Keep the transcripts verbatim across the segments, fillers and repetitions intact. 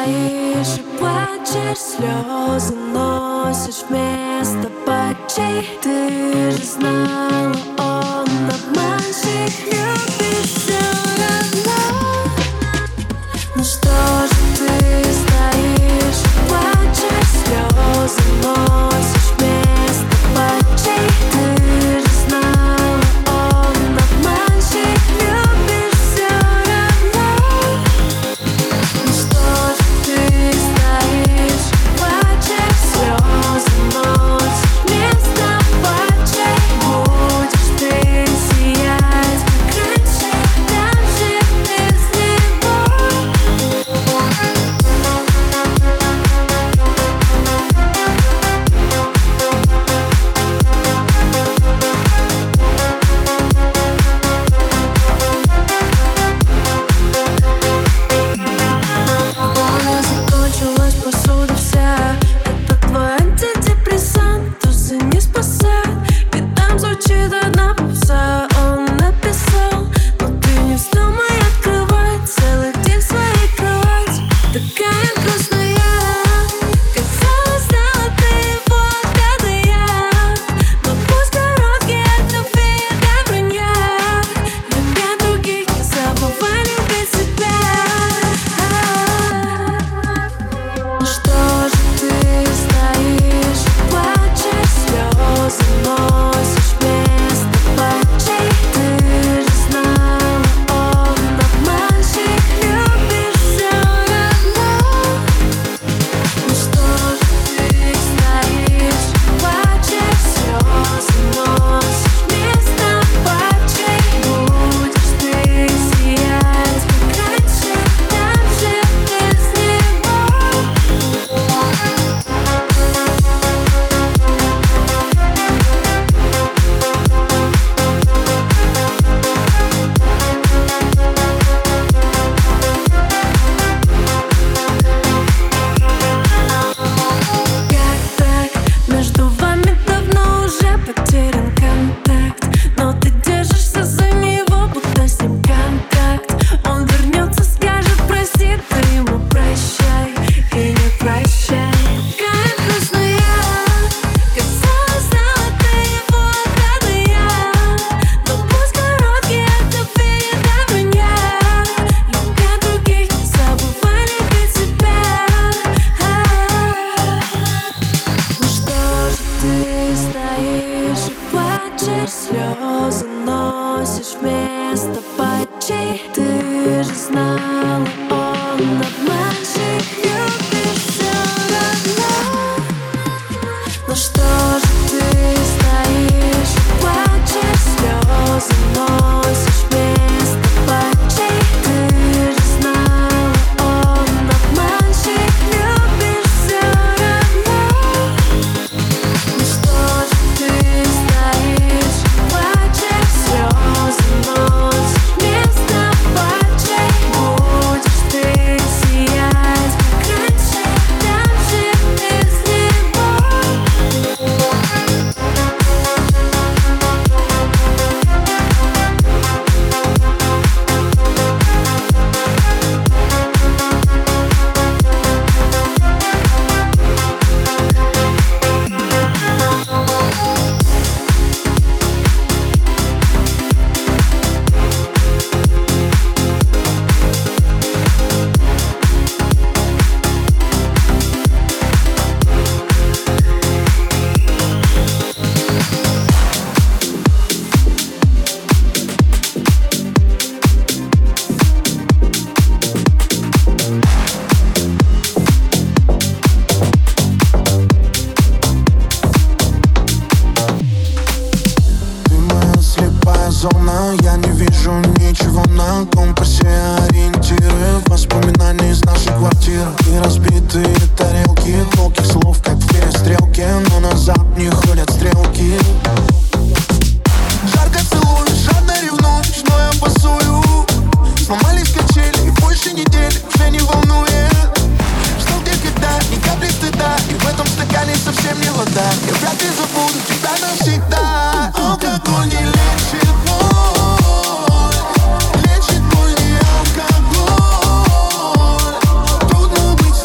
стоишь и плачешь, слезы носишь вместо патчей. Ты же знала, он обманщик, любишь все равно. Ну что же ты стоишь и плачешь, слезы носишь вместо патчей. Ты же знала, он обманщик, любишь все равно. Ну что же ты стоишь и плачешь, слезы носишь вместо патчей. Будешь ты сиять, как раньше, даже без него. Она закончилась, посуда вся. Это твой антидепрессант, уже не спасает. Ведь там звучит одна попса. Он написал, но ты не вздумай открывать. Целый день в своей кровати, такая грустная. Казалось, знала ты его, когда я. Но пусть короткий ответ до вранья. Любя других, не забывай любить себя. Ну что же ты стоишь и плачешь, слезы носишь вместо патчей. Ты же знала, он обманщик, любишь все равно. Ну что же ты стоишь и плачешь, слезы носишь вместо патчей. Будешь ты сиять, как раньше, даже без него. Как так? Между вами давно уже потерян контакт, но ты держишься за него, будто с ним контакт. Он вернется, скажет прости, ты ему прощай и не прощай. Какая грустная. Казалось, знала ты его, когда я. Но пусть короткий ответ до вранья. Любя других, не забывай любить себя. Ну что же ты стоишь и плачешь, слезы носишь вместо патчей. Ты же знала, он обманщик, любишь все равно. Ну что же ты стоишь и плачешь, слезы носишь вместо патчей. Ты же знала, он обманщик, любишь все равно. Ну что же ты стоишь и плачешь, слезы носишь вместо патчей. Будешь ты сиять, как раньше, даже без него. Ты моя слепая зона, я не вижу ничего на компасе. Ориентиры воспоминаний из нашей квартиры и разбитые тарелки, колких слов, как в перестрелке, но назад не ходят стрелки. Жарко целуешь, жадно ревнуешь, но я пасую. Сломались качели и больше недели уже не волнует. Что где когда, ни капли стыда, и в этом стакане совсем не вода. Я вряд ли забуду тебя навсегда. Алкоголь не лечит боль, лечит боль не алкоголь. Трудно быть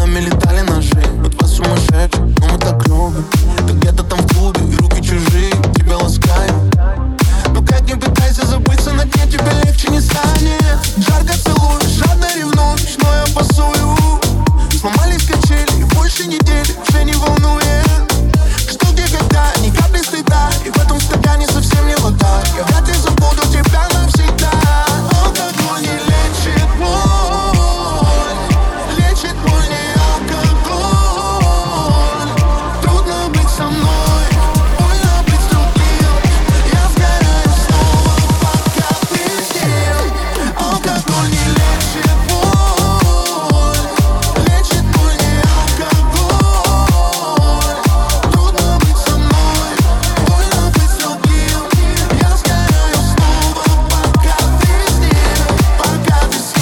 нами летали ножи. Мы два сумасшедших, но мы так любим. Ты где-то там в клубе, и руки чужие тебя ласкают. Но как не пытайся забыться, на дне тебе легче не станет. Жарко целуешь, жадно ревнуешь, но я пасую. Сломались качели, и больше недели уже не волнует. Что где когда, ни капли стыда, и в этом стакане совсем не вода. Я вряд ли забуду тебя навсегда. Алкоголь не лечит боль, лечит боль не алкоголь. Трудно быть со мной, больно быть с другим. Я сгораю снова, пока ты здесь. Алкоголь не лечит боль, лечит боль не алкоголь. Трудно быть со мной, больно быть с другим. Я сгораю снова, пока ты с ним, пока ты с ним.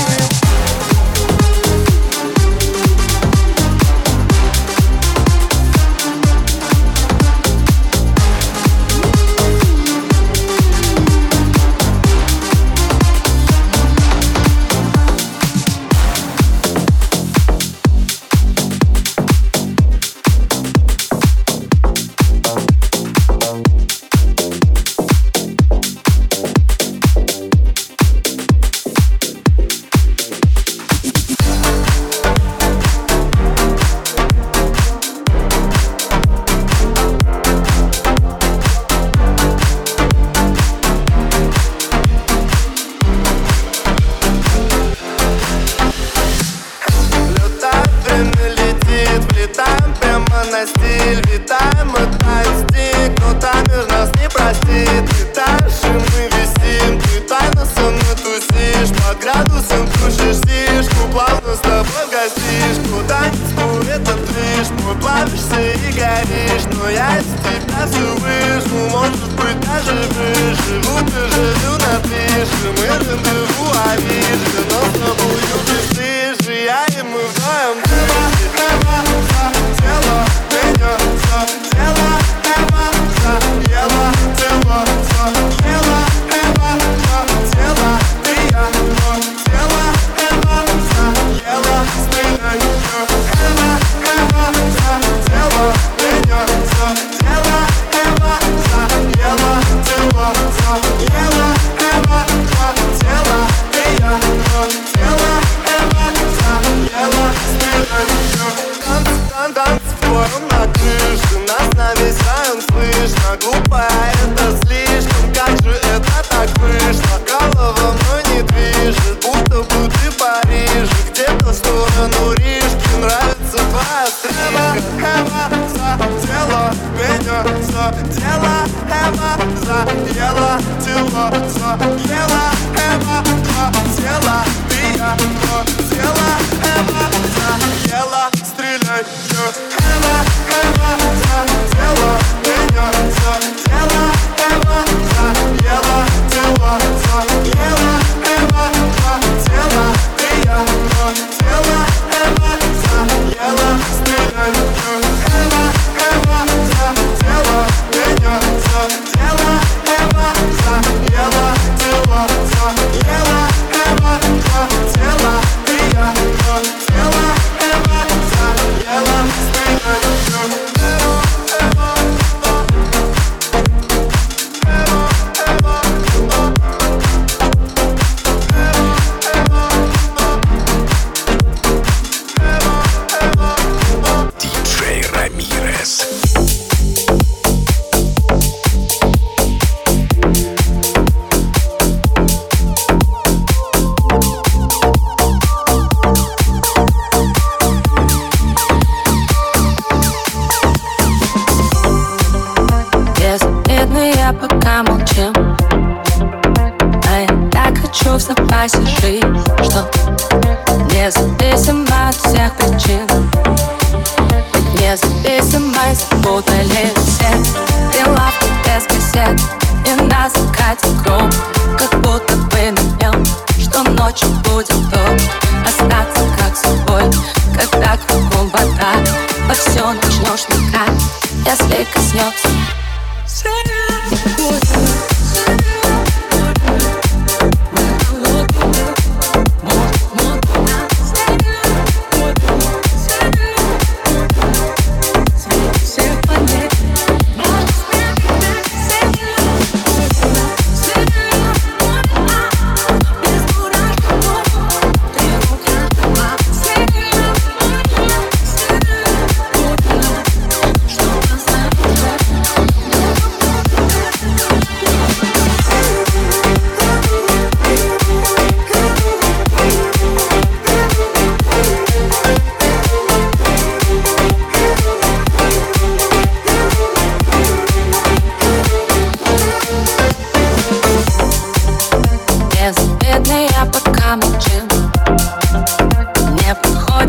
Если коснется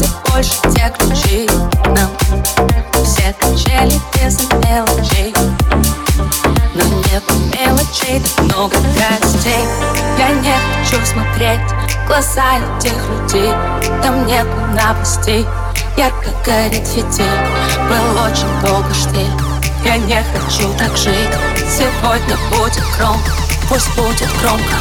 будет больше тех ключей нам. Все качели без мелочей, но нет мелочей, так много гостей. Я не хочу смотреть в глаза этих людей. Там нет новостей, ярко горит фитиль. Был очень долго штиль. Я не хочу так жить. Сегодня будет громко, пусть будет громко.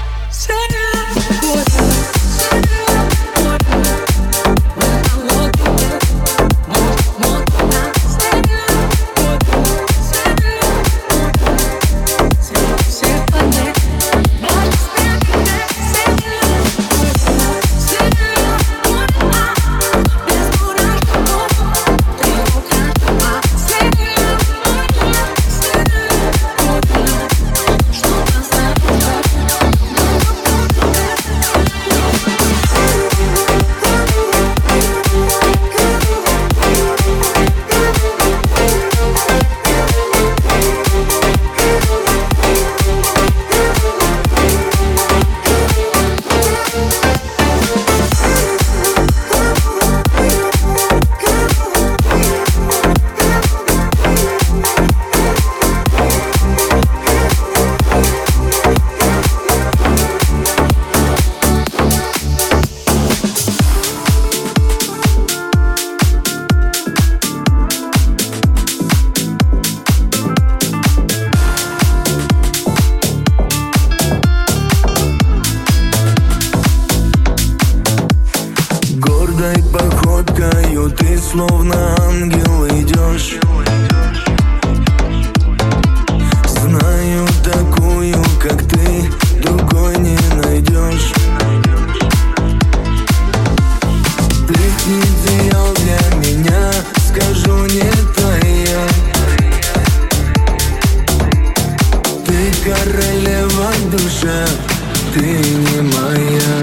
Походкою ты словно ангел идешь. Знаю такую, как ты, другой не найдешь. Ты идеал для меня, скажу, не твоя. Ты королева в душе, ты не моя.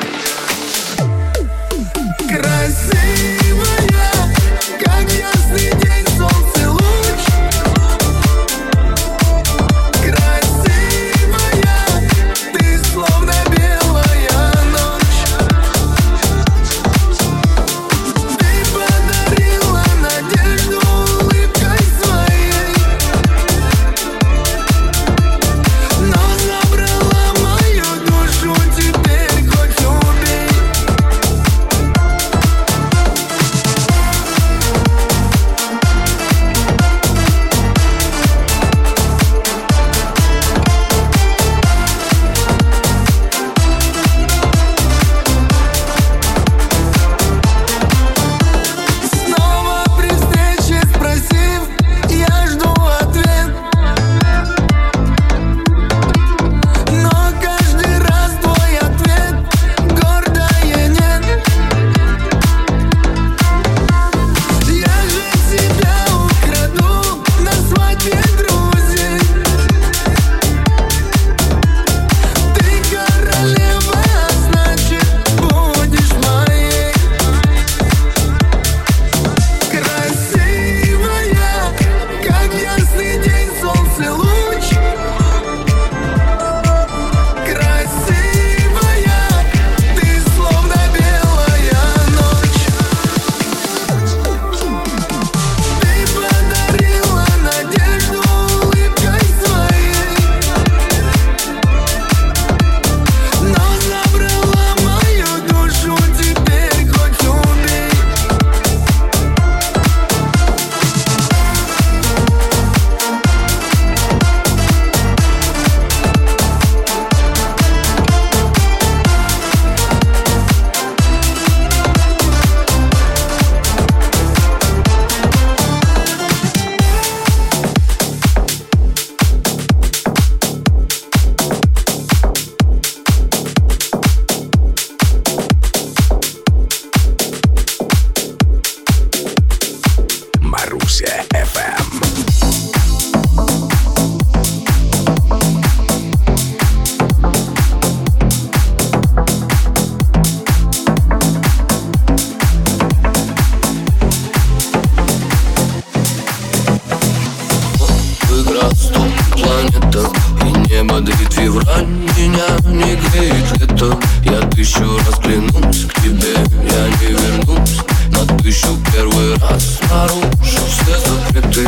Красивая, как ясный день, солнце луч. Красивая, ты словно белая ночь. Ты подарила надежду улыбкой своей, но забрала мою душу, теперь хоть убей. февраль меня не греет лето. Я тысячу раз клянусь, к тебе я не вернусь. сотый раз нарушил все запреты.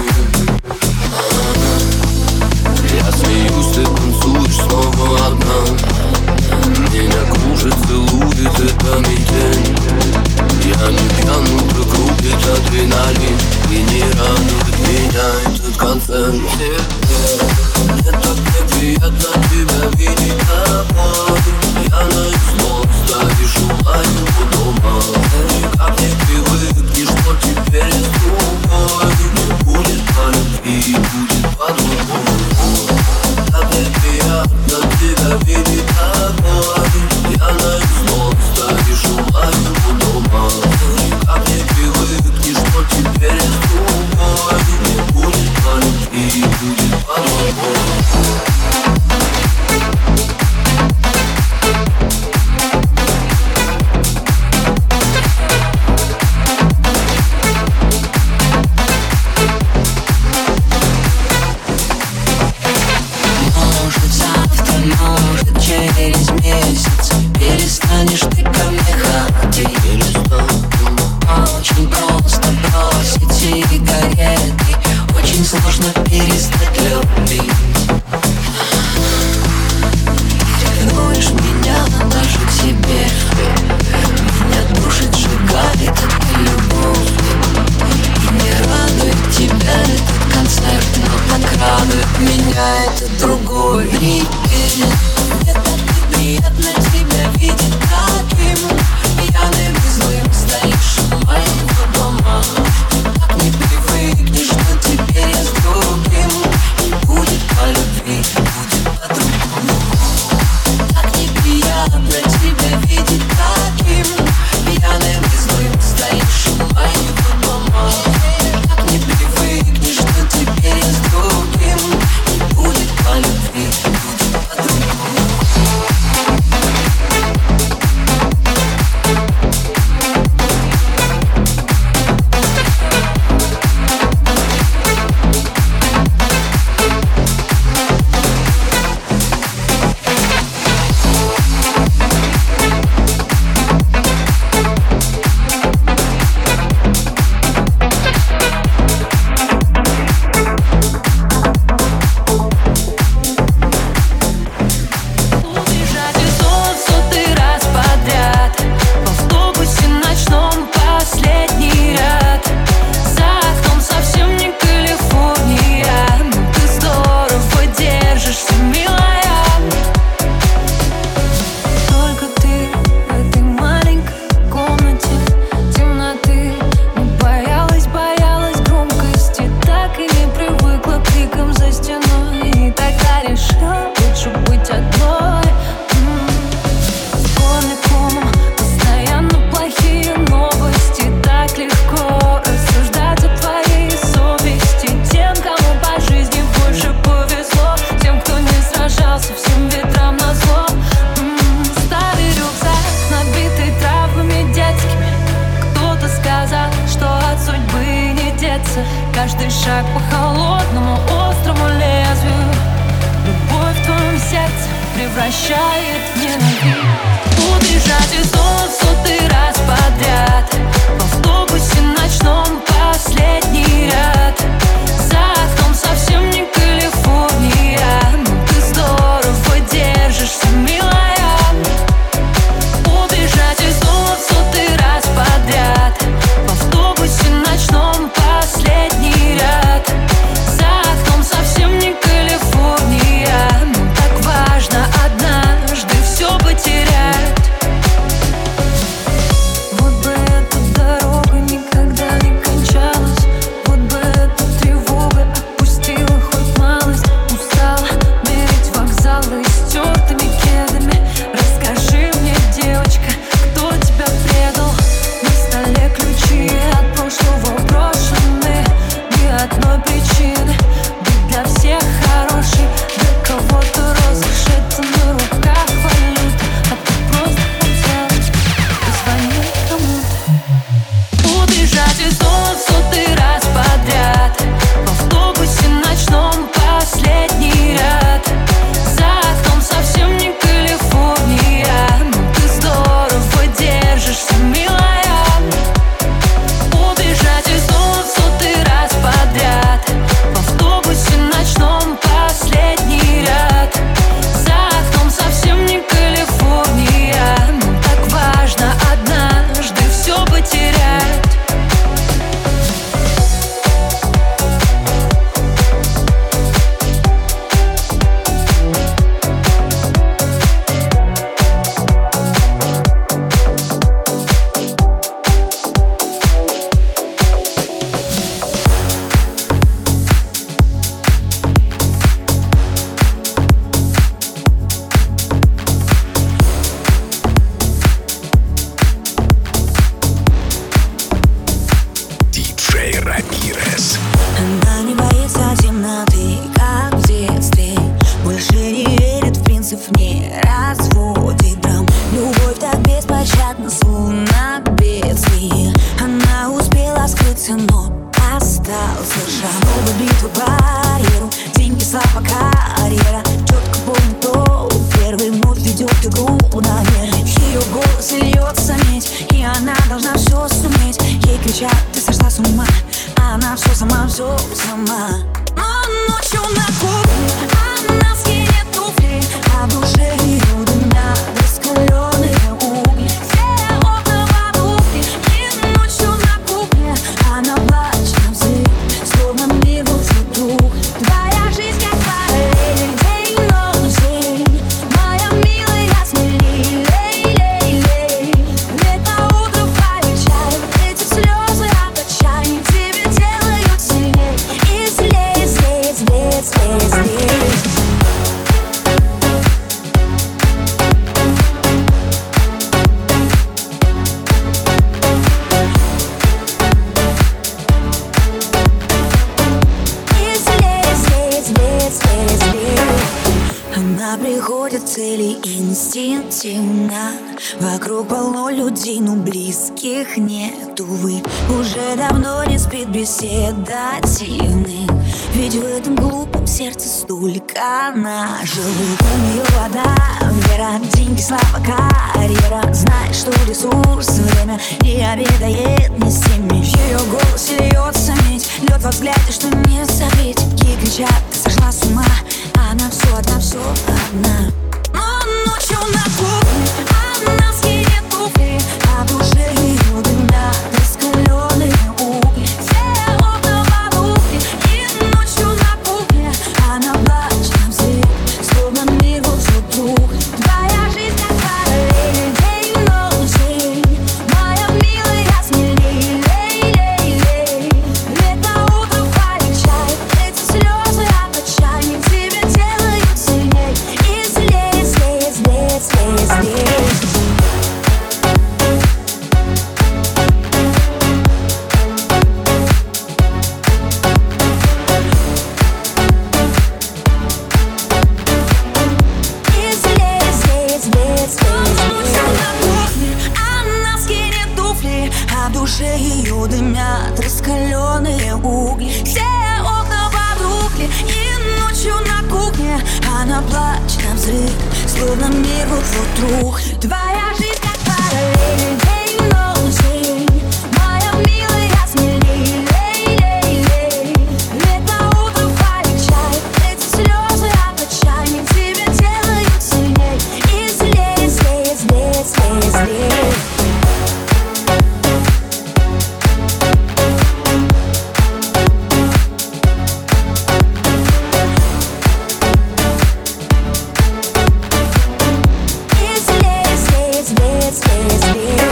Я смеюсь, ты танцуешь снова одна. Меня кружит, целует эта метель. Я не пьян, утро крутит адреналин. И не радует меня этот концерт. Мне так неприятно тебя видеть тобой. Я наизлом ставишь лайку дома. Никак не привыкнешь, что теперь с другой. Не будет по любви, будет по-другому. Так неприятно тебя видеть тобой. Я наизлом ставишь лайку дома. Никак не привыкнешь, что теперь с другой. Не будет по любви, будет по-другому. Перестанешь ты ко мне ходить. Очень просто бросить сигареты. Очень сложно перестать любить. Ревнуешь меня даже к себе. Меня душит, сжигает эта любовь. И не радует тебя этот концерт, но так радует меня этот другой. Привет. Мне так неприятно тебя видеть таким. Пьяным и злым стоишь у моего дома. Так не привыкнешь, что теперь я с другим. И будет по любви, будет по-другому. Так неприятно тебя видеть таким. Пьяным и злым стоишь у моего дома. Так не привыкнешь, что теперь я с другим. И будет по любви, будет по-другому. Каждый шаг по холодному, острому лезвию. Любовь в твоем сердце превращает в ненависть. Убежать из дома в сотый раз подряд. В автобусе ночном последний ряд. За окном совсем не Калифорния. Но ты здорово держишься, милая. Убежать из дома в сотый раз подряд. В автобусе ночном последний ряд. За окном совсем не Калифорния. Но так важно однажды все потерять. Вот бы эта дорога никогда не кончалась. Вот бы эта тревога отпустила хоть малость. Устала мерить вокзалы стертыми кедами. Расскажи мне, девочка, кто тебя предал? На столе ключи от прошлого брошены. Ни одной причины быть для всех хорошей. Для кого-то розыгрыш на руках валют. А ты просто хотел позвонить кому-то. Убежать из дома в сотый раз подряд. В автобусе ночном последний ряд. За окном совсем не Калифорния. Но ты здорово держишься, милая. Убежать из кричат, ты сошла с ума, а она все сама, все сама. Но ночью на кухне она скинет туфли, а в душе ее дымят раскаленные угли. Все окна потухли, и ночью на кухне она плачет на взрыв, словно мир вокруг. Твоя жизнь как парень, день, ночь, день. Моя милая, смелей, лей, лей, лей. Лето, утро, варит чай, эти слезы от отчаяния тебя делают сильней. И злей, злей, злей, злей, злей. Она приходит в цели инстинктивно. Вокруг полно людей, но близких нет, увы. Уже давно не спит беседа дивных. Ведь в этом глупом сердце столько наживых. У нее вода, вера, деньги, слава, карьера. Знает, что ресурс, время не обедает ни с теми. В ее голосе льется медь, лед во взгляде, что не забыть. Ей кричат, ты сошла с ума, она все одна, все одна. Но ночью на кухне она скинет туфли, а в душе ее дымят раскаленные угли. Все окна потухли, и ночью на кухне она плачет на взрыв, словно мир вокруг. Твоя жизнь как парень, день, ночь, день. Моя милая, смелей, лей, лей, лей. Лето, утро, варит чай, эти слезы от отчаяния тебя делают сильней. И злей, злей, злей, злей, злей. Она скинет туфли, а в душе ее дымят раскаленные угли. Все окна потухли, и ночью на кухне она плачет на взрыв, словно мир вокруг. Твоя жизнь как параллель, день, ночь, день. Моя милая, смелей, лей, лей, лей. Лето, утро, варит чай, эти слезы от отчаяния тебя делают сильней. И злей, злей, злей, злей, злей. И злей, злей, злей, злей, злей.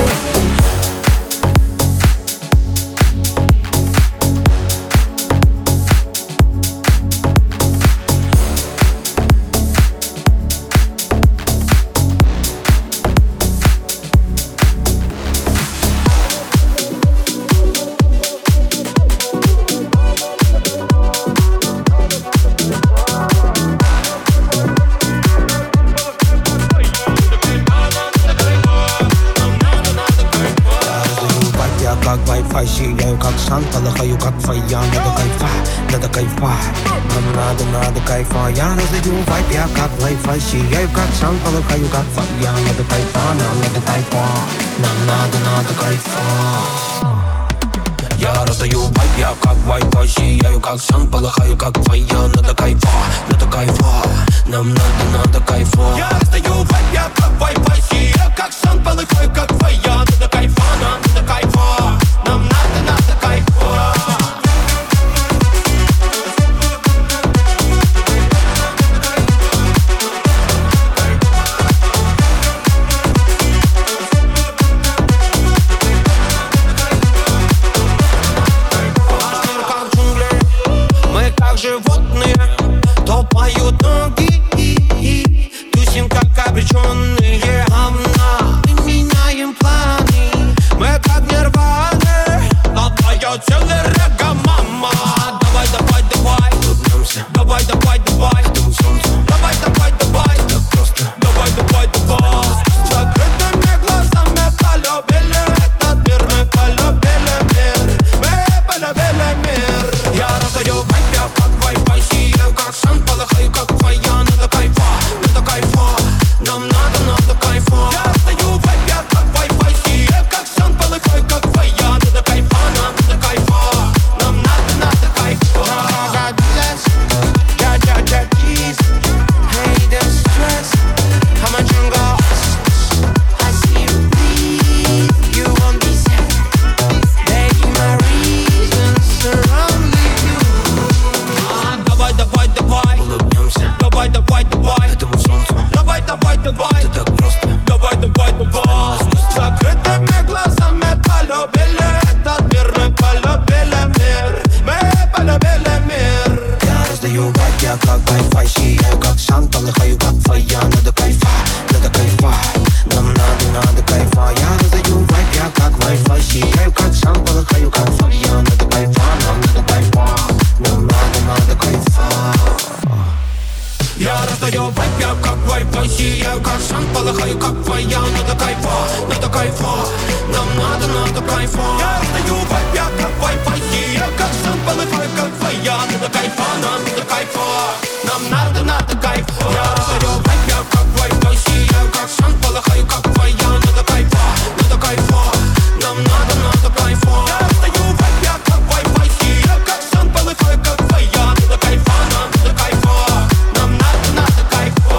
Я как Wi-Fi, сияю как сан, полыхаю как фая. Надо кайфа, надо кайфа, нам надо, надо кайфа. Я раздаю вайп, я как Wi-Fi, сияю как сан, полыхаю как фая. Надо кайфа, нам надо кайфа, нам надо, надо кайфа. Я раздаю вайп, я как Wi-Fi, сияю как сан, полыхаю как фая. Надо кайфа, надо кайфа, нам надо, надо кайфа. Я раздаю вайп, я как Wi-Fi, сияю как сан, полыхаю как фая. Надо кайфа, нам надо кайфа, нам надо, надо кайфа. Животные, то поют ноги, тусим как обреченные говна. Мы меняем планы, мы как нирваны, но твое тело река, мама. Давай, давай, давай, улыбнемся. Давай, давай, давай, ждем солнца. Давай, давай, давай, так просто. Давай, давай, давай. С закрытыми глазами полюбили этот мир, мы полюбили мир, мы полюбили мир. Я раздаю вайп, я как Wi-Fi, сияю как сан, полыхаю как фая. Надо кайфа, надо кайфа, нам надо, надо кайфа. Я раздаю вайп, я как Wi-Fi, сияю как сан, полыхаю как фая. Надо кайфа, Wi-Fi, сияю как сан, полыхаю как твоя. Надо кайфа, надо кайфа, нам надо, надо кайфа. Я раздаю вайп, я как Wi-Fi, сияю как сан, полыхаю как твоя. Надо кайфа, нам надо кайфа, нам надо, надо кайфа. Я раздаю вайп, я как Wi-Fi, сияю как сан, полыхаю как твоя. Надо кайфа, надо кайфа, нам надо, надо кайфа. Я раздаю вайп, я как Wi-Fi, сияю как сан, полыхаю как твоя. Надо кайфа, нам надо кайфа, нам надо, надо кайфа. Я раздаю вайп, я как Wi-Fi, сияю как сан, полыхаю как твоя. Надо кайфа, надо кайфа, нам надо, надо кайфа. Я раздаю вайп, я как Wi-Fi, сияю как сан, полыхаю как твоя. Надо кайфа, нам надо кайфа, нам надо, надо кайфа.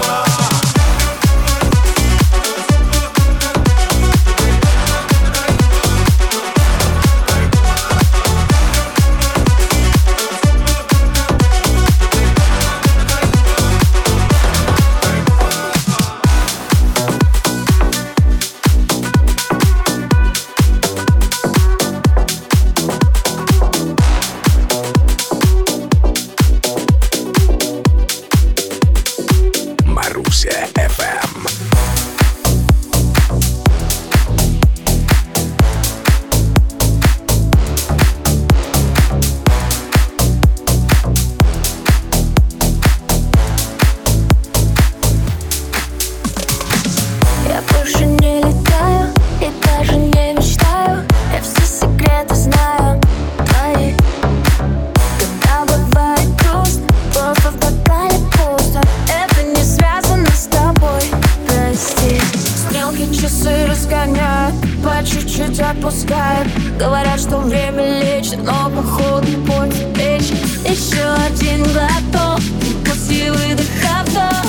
Говорят, что время лечит, но походу путь вечен. Еще один глоток, после выдоха вдох.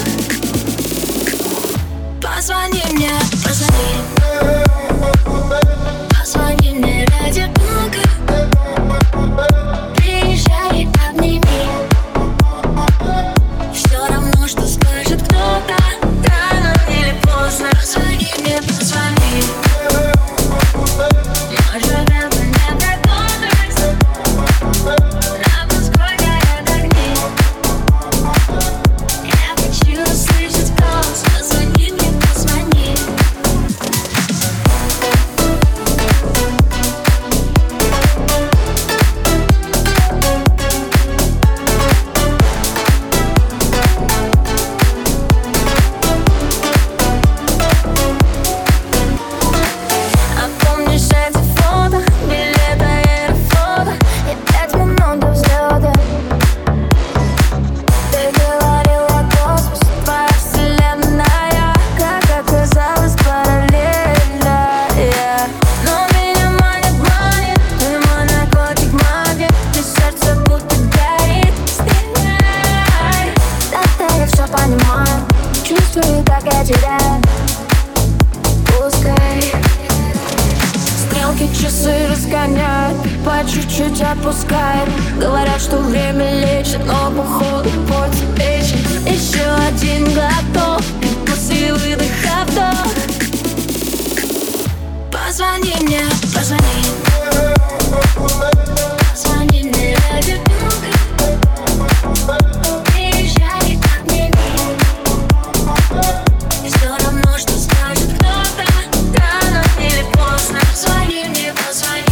Позвони мне, позвони. Позвони мне ради Бога. Приезжай, обними. Все равно, что скажет кто-то, рано или поздно. Позвони мне, позвони. Чуть-чуть отпускает. Говорят, что время лечит, но походу путь вечен. Еще один глоток, после выдоха вдох. Позвони мне, позвони. Позвони мне ради Бога. Приезжай, обними. Все равно, что скажет кто-то, рано или поздно. Позвони мне, позвони.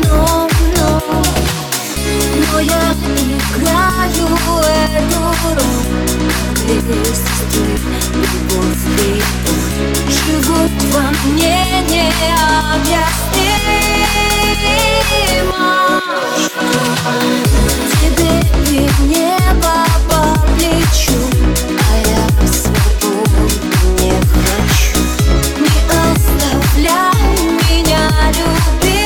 окном, но, но я играю эту роль. Две сестры, любовь и боль живут во мне необъяснимо. Тебе и небо по плечу, а я свободу не хочу. Не оставляй меня, любимый.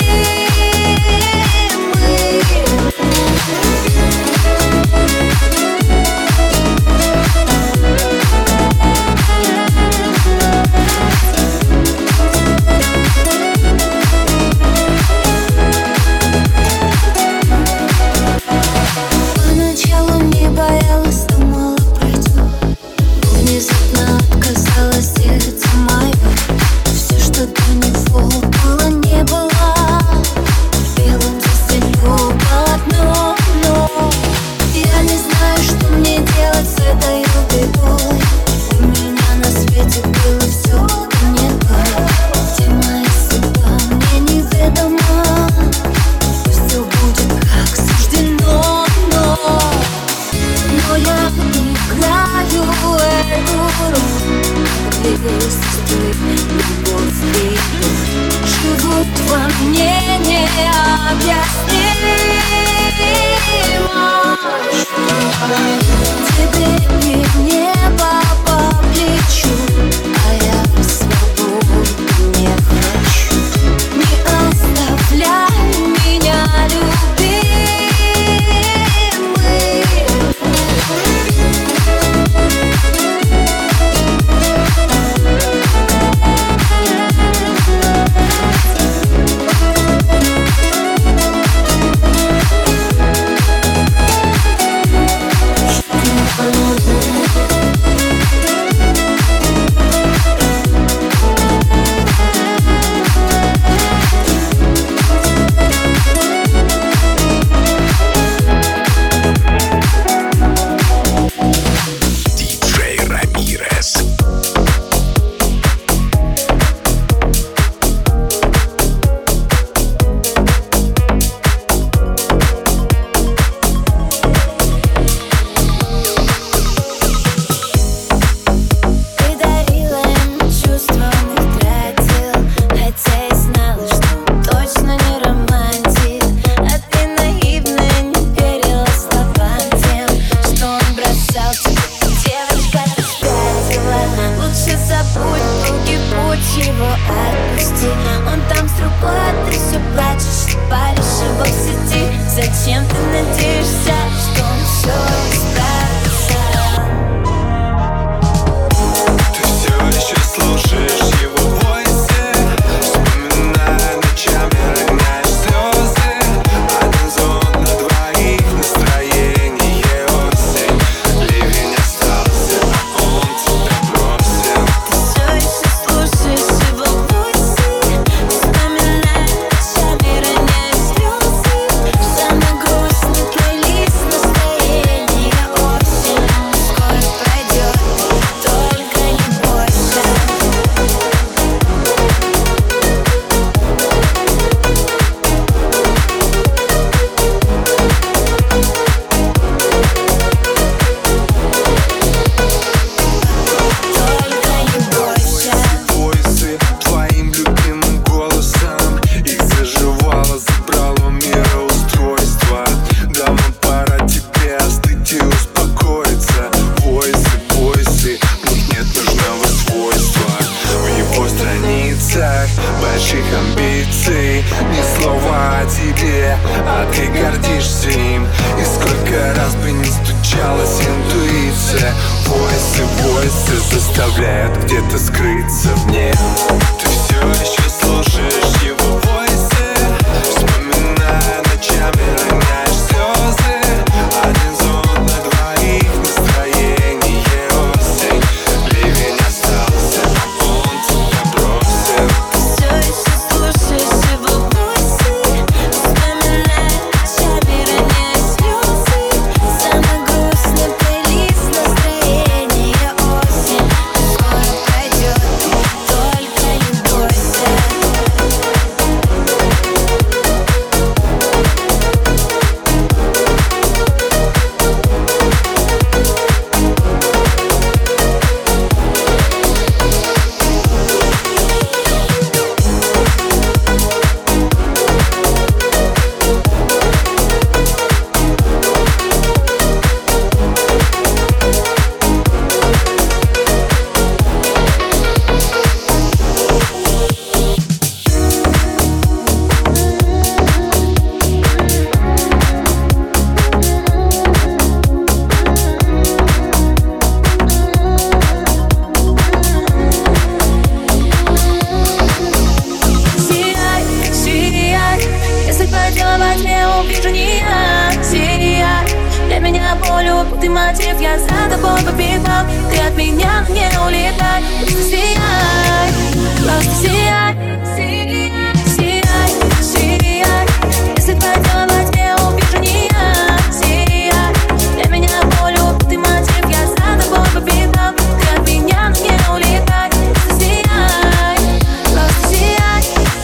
Поначалу не боялась, думала, пройдет. Внезапно отказалось сердце мое. Все, что до него было, не было. Белым застелю полотно, но я не знаю, что мне делать с этой бедой. У меня на свете было все, да нет было. Где моя судьба, мне неведомо. Пусть все будет, как суждено, но Но я играю эту роль. Две сестры, любовь и боль живут во мне необъяснимо. Тебе и небо по плечу, а я свободу не хочу. Не оставляй меня, любимый. ты мотив, я за тобой по пятам. Ты от меня не улетай. Просто сияй, просто сияй. Сияй, сияй. Если твое тело во тьме, увижу не я. Сияй, для меня болью ты мотив, я за тобой по пятам. Ты от меня не улетай. Просто сияй, просто сияй.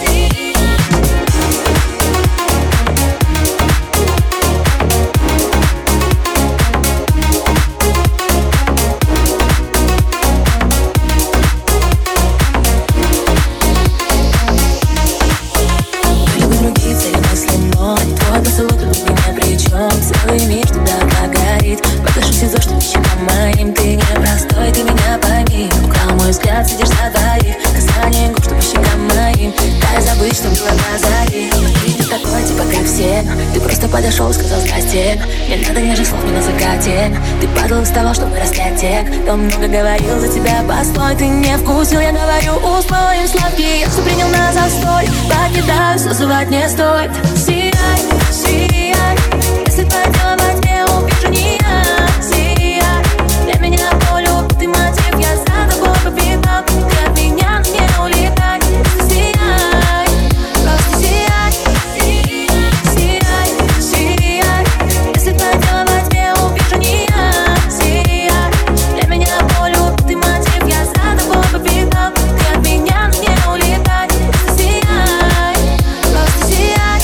Целый мир туда погорит. Покажу все то, что ты щекам моим. Ты непростой, ты меня пойми. Украл мой взгляд, сидишь за двоих. Касание губ, что по щекам моим. Дай забыть, что было на заре. Ты не такой, типа как все. Ты просто подошел, сказал здрасте. Не надо нежных слов, не на закате. Ты падал и вставал, чтобы распять тех, кто много говорил за тебя. Постой, ты не вкусил, я говорю, усвоим сладкий. Я все принял на застой. Покидаюсь, называть не стоит. Сияй, сияй. Если твое тело во тьме, увижу не я. Сияй, для меня болью ты мотив, я за тобой по пятам. Ты от меня не улетай. Сияй, просто сияй. Сияй, сияй. Если твое тело во тьме, увижу не я. Сияй, для меня болью ты мотив, я за тобой по пятам. Ты от меня не улетай. Сияй, просто сияй.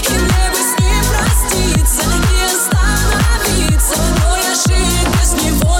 Без него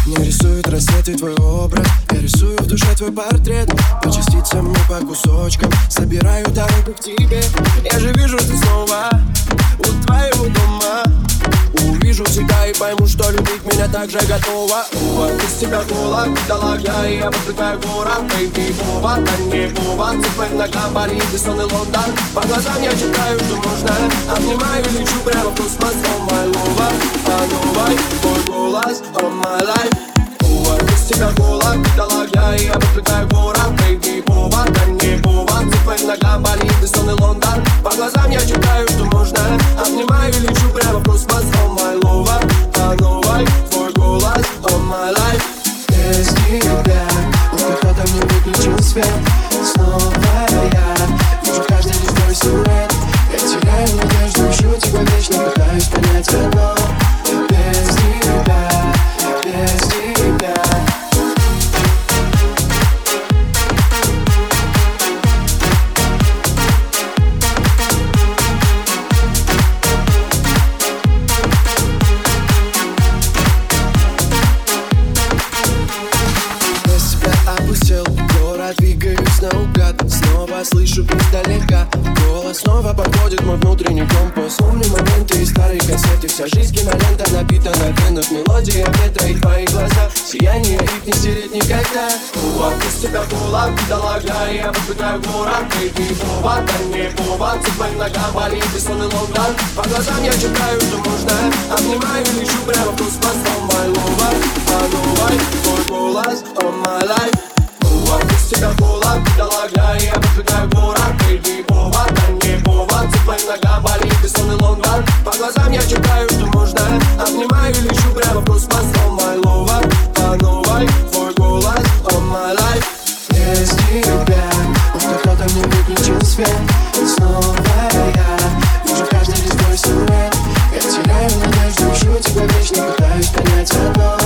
Мне рисуют рассветы твой образ, я рисую в душе твой портрет. По частицам и по кусочкам собираю дорогу к тебе. Я же вижу, ты снова у твоего дома. Увижу тебя и пойму, что любить меня так же готова. Ува, из тебя кола, дала я, и я подпрыгаю город. Бэйби, Вова, да не Вова. Цифры ногам, Париж, сон и Лондон. По глазам я читаю, что можно. Обнимаю и лечу прямо в космос. Oh my love, подумай, твой голос, oh my life. Ува, из тебя кола, дала я, и я подпрыгаю город. Бэйби, Вова, да не Вова. Цифры ногам, Париж, сон и Лондон. По глазам я читаю, что можно. Обнимаю и лечу прямо в космос. Oh my love, подумай, твой голос, oh my life. Без тебя, будто кто-то мне выключил свет. Снова я вижу каждый лишь твой силуэт. Я теряю надежду, ищу тебя вечно, пытаюсь понять одно. Без тебя, без тебя. Двигаюсь наугад, снова слышу издалека. Голос снова подводит мой внутренний компас. Помню моменты из старой кассеты. Вся жизнь кинолента напитана в венах. Мелодия ветра и твои глаза. Сияние их не стереть никогда. Ува, из тебя кола, дала я, и я подпрыгаю город. Бэйби, Вова, да не Вова. Цифры ногам, Париж, сон и Лондон. По глазам я читаю, что можно. Обнимаю и лечу прямо в космос. Oh my love, подумай, твой голос, oh my life. Из тебя кола, дала я, и я подпрыгаю город. Бэйби, Вова, да не Вова. Цифры ногам, Париж, сон и Лондон. По глазам я читаю, что можно. Обнимаю и лечу прямо в космос. Oh my love, подумай, твой голос, oh my life. Без тебя, будто кто-то мне выключил свет. И снова я вижу каждый лишь твой силуэт. Я теряю надежду, ищу тебя вечно, пытаюсь понять одно.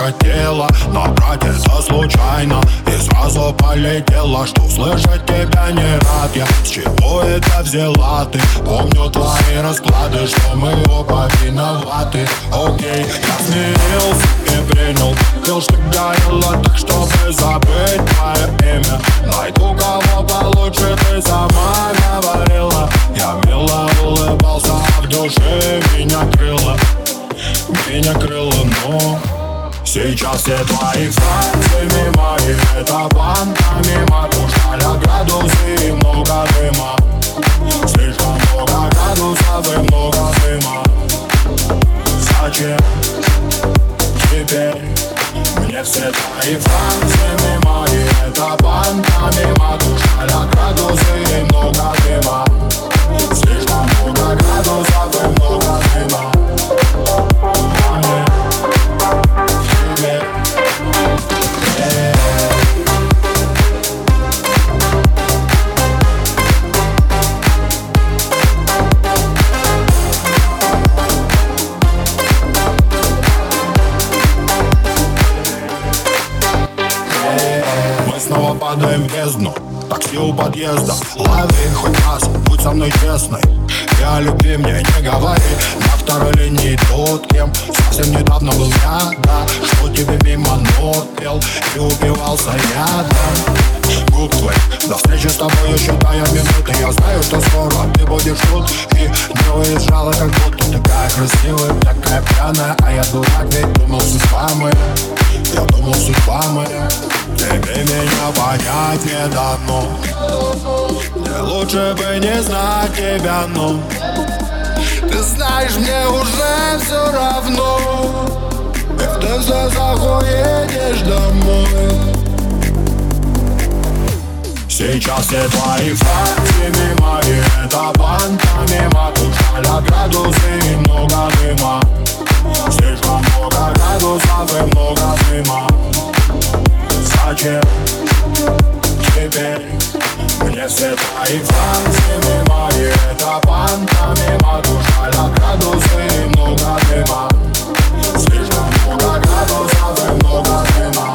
хотела набрать это случайно и сразу полетела, что слышать тебя не рад я. С чего это взяла ты? Помню твои расклады, что мы оба виноваты. Окей, я смирился и принял. Пил, что горело так, чтобы забыть твое имя. Найду кого получше, ты сама говорила. Я мило улыбался, а в душе меня крыло. Меня крыло, но сейчас все твои фразы мимо, и это пантомима. Пушали градусы и много дыма. Слишком много градусов и много дыма. Зачем теперь мне все твои фразы мимо, и это пантомима. Пушали градусы и много дыма. Слишком много градусов и много дыма. Мы снова падаем в бездну. Такси у подъезда. Лови хоть раз, будь со мной честной. Я любви мне не говори. На второй линии тот, кем совсем недавно был я, да. Что тебе мимо нот пел и убивался ядом губ твоих. До встречи с тобой еще считаю минуты. Я знаю, что скоро ты будешь тут. И не уезжала, как будто такая красивая, такая пьяная. А я дурак, ведь думал, судьба моя. Я думал, судьба моя. Тебе меня понять не дано. Мне лучше бы не знать тебя, но ты знаешь, мне уже все равно. Когда завтра уедешь домой. Сейчас все твои фразы мимо, и это пантомима. Пушали градусы и много дыма. Слишком много градусов и много дыма. Зачем теперь мне все твои фразы мимо, и это пантомима. Пушали градусы и много дыма. Слишком много градусов и много дыма.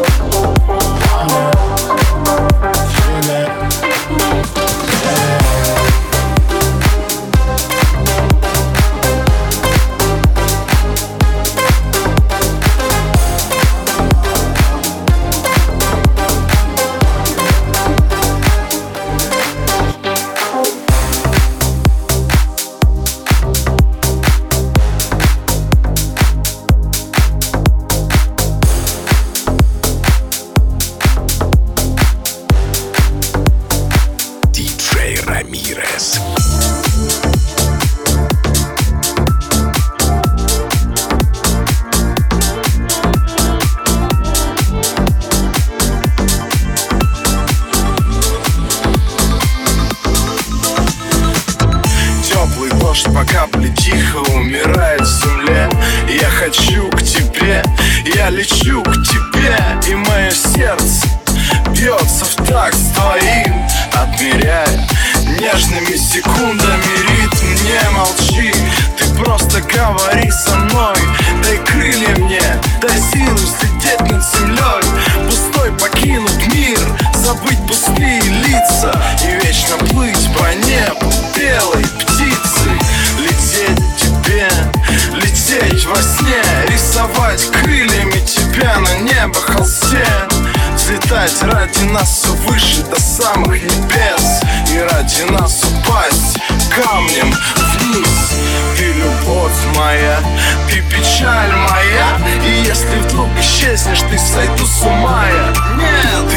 По капле тихо умирает в земле. Я хочу к тебе, я лечу к тебе. И мое сердце бьется в такт с твоим, отмеряя нежными секундами ритм. Не молчи, ты просто говори со мной. Дай крылья мне, дай силы взлететь над землей. Пустой покинуть мир, забыть пустые лица и вечно плыть по небу белой птицей. Лететь к тебе, лететь во сне, рисовать крыльями тебя на небо холсте. Взлетать ради нас все выше до самых небес, и ради нас упасть камнем вниз. Ты любовь моя, ты печаль моя, и если вдруг исчезнешь, ты сойду с ума я. Нет,